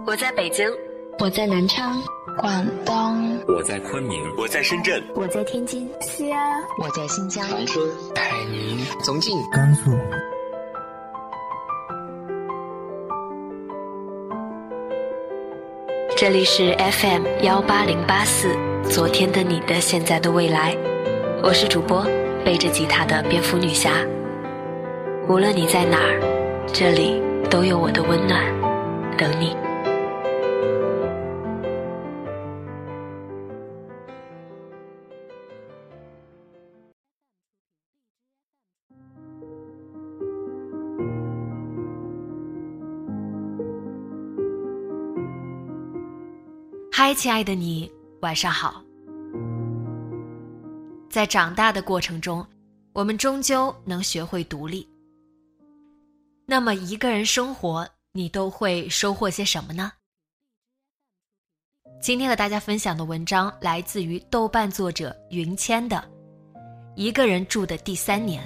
我在北京， 我在南昌， 广东， 我在昆明， 我在深圳， 我在天津， 西安， 我在新疆， 长春， 海宁， 重庆， 甘肃。 这里是 FM18084，昨天的你的现在的未来，我是主播背着吉他的蝙蝠女侠。无论你在哪儿，这里都有我的温暖等你。嗨，亲爱的你，晚上好。在长大的过程中，我们终究能学会独立。那么一个人生活，你都会收获些什么呢？今天和大家分享的文章来自于豆瓣作者云谦的《一个人住的第3年》。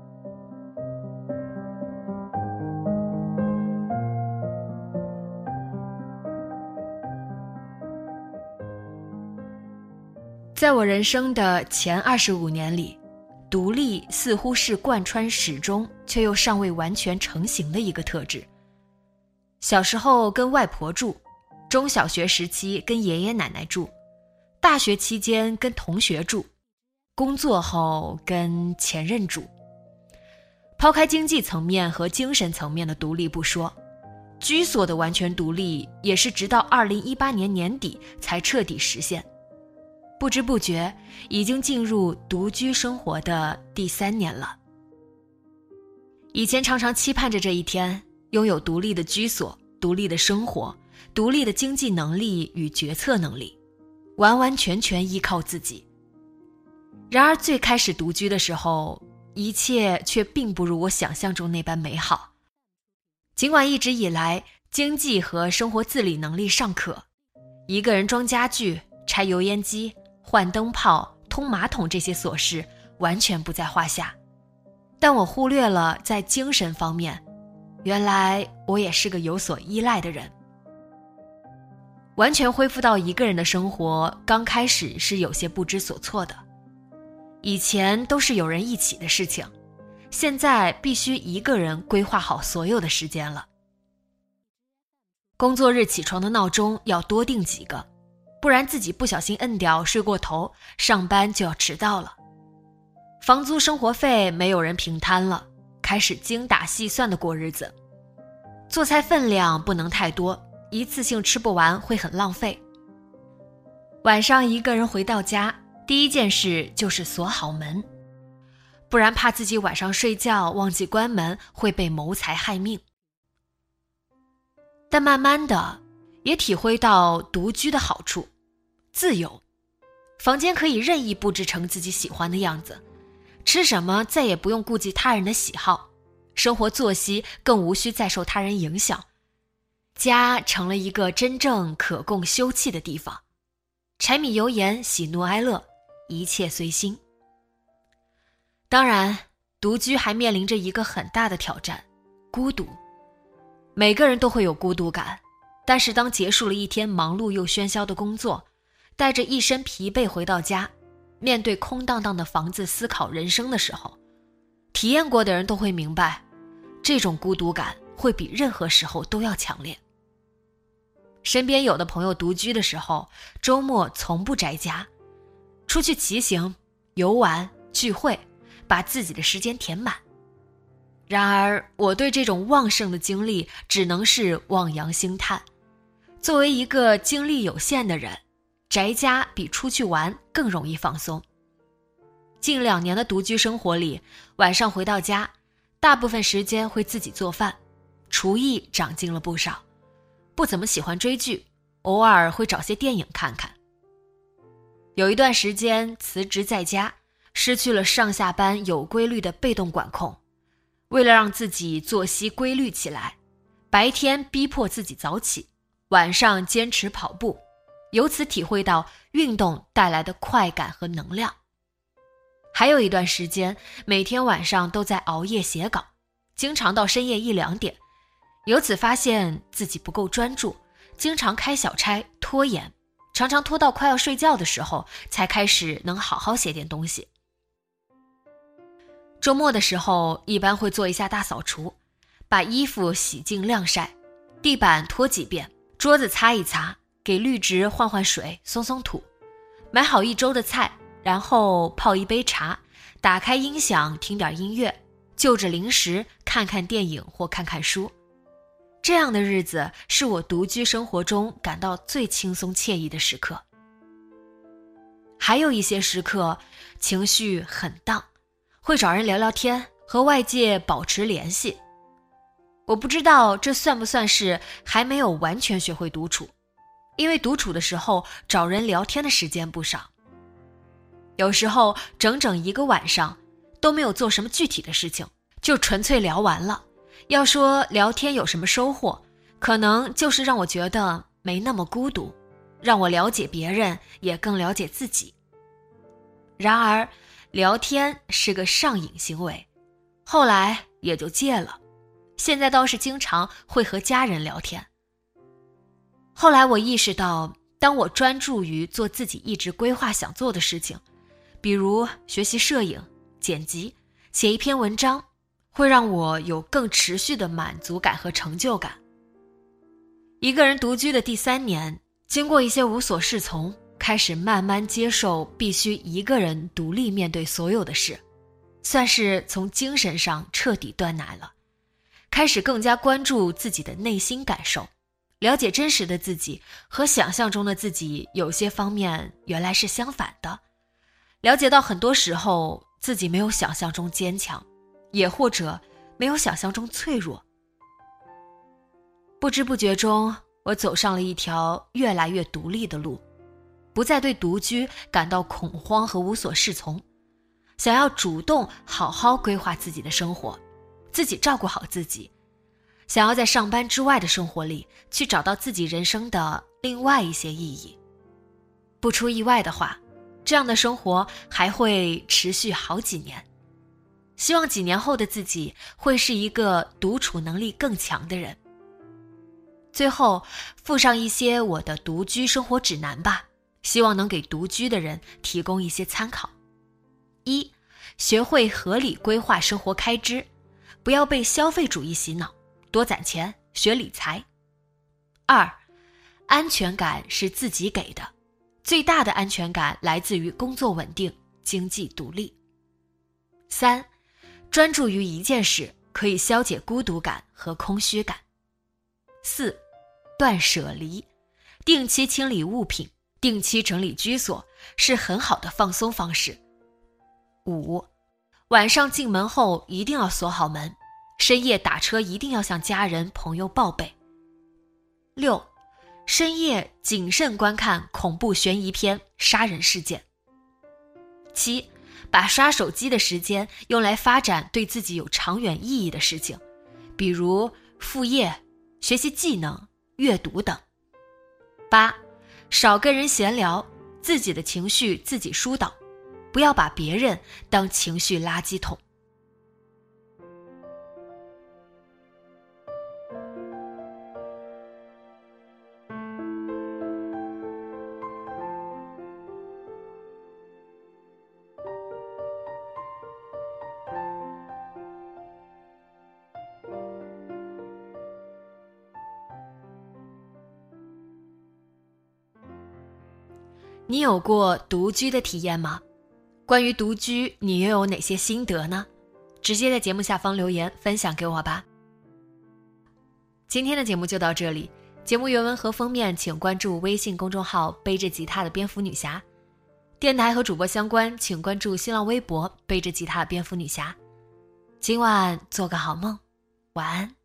在我人生的前25年里，独立似乎是贯穿始终却又尚未完全成型的一个特质。小时候跟外婆住，中小学时期跟爷爷奶奶住，大学期间跟同学住，工作后跟前任住。抛开经济层面和精神层面的独立不说，居所的完全独立也是直到2018年年底才彻底实现。不知不觉已经进入独居生活的第3年了。以前常常期盼着这一天，拥有独立的居所、独立的生活、独立的经济能力与决策能力，完完全全依靠自己。然而最开始独居的时候，一切却并不如我想象中那般美好。尽管一直以来经济和生活自理能力尚可，一个人装家具、拆油烟机、换灯泡、通马桶这些琐事完全不在话下，但我忽略了在精神方面，原来我也是个有所依赖的人。完全恢复到一个人的生活，刚开始是有些不知所措的。以前都是有人一起的事情，现在必须一个人规划好所有的时间了。工作日起床的闹钟要多定几个，不然自己不小心摁掉睡过头，上班就要迟到了。房租生活费没有人平摊了，开始精打细算的过日子。做菜分量不能太多，一次性吃不完会很浪费。晚上一个人回到家，第一件事就是锁好门，不然怕自己晚上睡觉忘记关门会被谋财害命。但慢慢的也体会到独居的好处，自由，房间可以任意布置成自己喜欢的样子，吃什么再也不用顾及他人的喜好，生活作息更无需再受他人影响。家成了一个真正可供休憩的地方，柴米油盐喜怒哀乐，一切随心。当然，独居还面临着一个很大的挑战，孤独。每个人都会有孤独感，但是当结束了一天忙碌又喧嚣的工作，带着一身疲惫回到家，面对空荡荡的房子思考人生的时候，体验过的人都会明白，这种孤独感会比任何时候都要强烈。身边有的朋友独居的时候，周末从不宅家，出去骑行、游玩、聚会，把自己的时间填满。然而我对这种旺盛的精力只能是望洋兴叹。作为一个精力有限的人，宅家比出去玩更容易放松。近2年的独居生活里，晚上回到家，大部分时间会自己做饭，厨艺长进了不少。不怎么喜欢追剧，偶尔会找些电影看看。有一段时间辞职在家，失去了上下班有规律的被动管控。为了让自己作息规律起来，白天逼迫自己早起，晚上坚持跑步，由此体会到运动带来的快感和能量。还有一段时间，每天晚上都在熬夜写稿，经常到深夜1-2点，由此发现自己不够专注， 经常开小差拖延，常常拖到快要睡觉的时候才开始能好好写点东西。周末的时候一般会做一下大扫除，把衣服洗净晾晒，地板拖几遍，桌子擦一擦，给绿植换换水，松松土，买好一周的菜，然后泡一杯茶，打开音响听点音乐，就着零食看看电影或看看书。这样的日子是我独居生活中感到最轻松惬意的时刻。还有一些时刻情绪很荡，会找人聊聊天，和外界保持联系。我不知道这算不算是还没有完全学会独处，因为独处的时候找人聊天的时间不少。有时候整整一个晚上都没有做什么具体的事情，就纯粹聊完了。要说聊天有什么收获，可能就是让我觉得没那么孤独，让我了解别人，也更了解自己。然而聊天是个上瘾行为，后来也就戒了，现在倒是经常会和家人聊天。后来我意识到，当我专注于做自己一直规划想做的事情，比如学习摄影、剪辑、写一篇文章，会让我有更持续的满足感和成就感。一个人独居的第3年，经过一些无所适从，开始慢慢接受必须一个人独立面对所有的事，算是从精神上彻底断奶了。开始更加关注自己的内心感受，了解真实的自己和想象中的自己有些方面原来是相反的，了解到很多时候自己没有想象中坚强，也或者没有想象中脆弱。不知不觉中，我走上了一条越来越独立的路，不再对独居感到恐慌和无所适从，想要主动好好规划自己的生活，自己照顾好自己，想要在上班之外的生活里去找到自己人生的另外一些意义。不出意外的话，这样的生活还会持续好几年。希望几年后的自己会是一个独处能力更强的人。最后附上一些我的独居生活指南吧，希望能给独居的人提供一些参考。1. 学会合理规划生活开支，不要被消费主义洗脑，多攒钱，学理财。2. 安全感是自己给的，最大的安全感来自于工作稳定，经济独立。3. 专注于一件事，可以消解孤独感和空虚感。4. 断舍离，定期清理物品，定期整理居所，是很好的放松方式。5. 晚上进门后一定要锁好门，深夜打车一定要向家人朋友报备。6. 深夜谨慎观看恐怖悬疑片、杀人事件。7. 把刷手机的时间用来发展对自己有长远意义的事情，比如副业、学习技能、阅读等。8. 少跟人闲聊，自己的情绪自己疏导，不要把别人当情绪垃圾桶。你有过独居的体验吗？关于独居，你又有哪些心得呢？直接在节目下方留言分享给我吧。今天的节目就到这里，节目原文和封面请关注微信公众号背着吉他的蝙蝠女侠，电台和主播相关请关注新浪微博背着吉他的蝙蝠女侠。今晚做个好梦，晚安。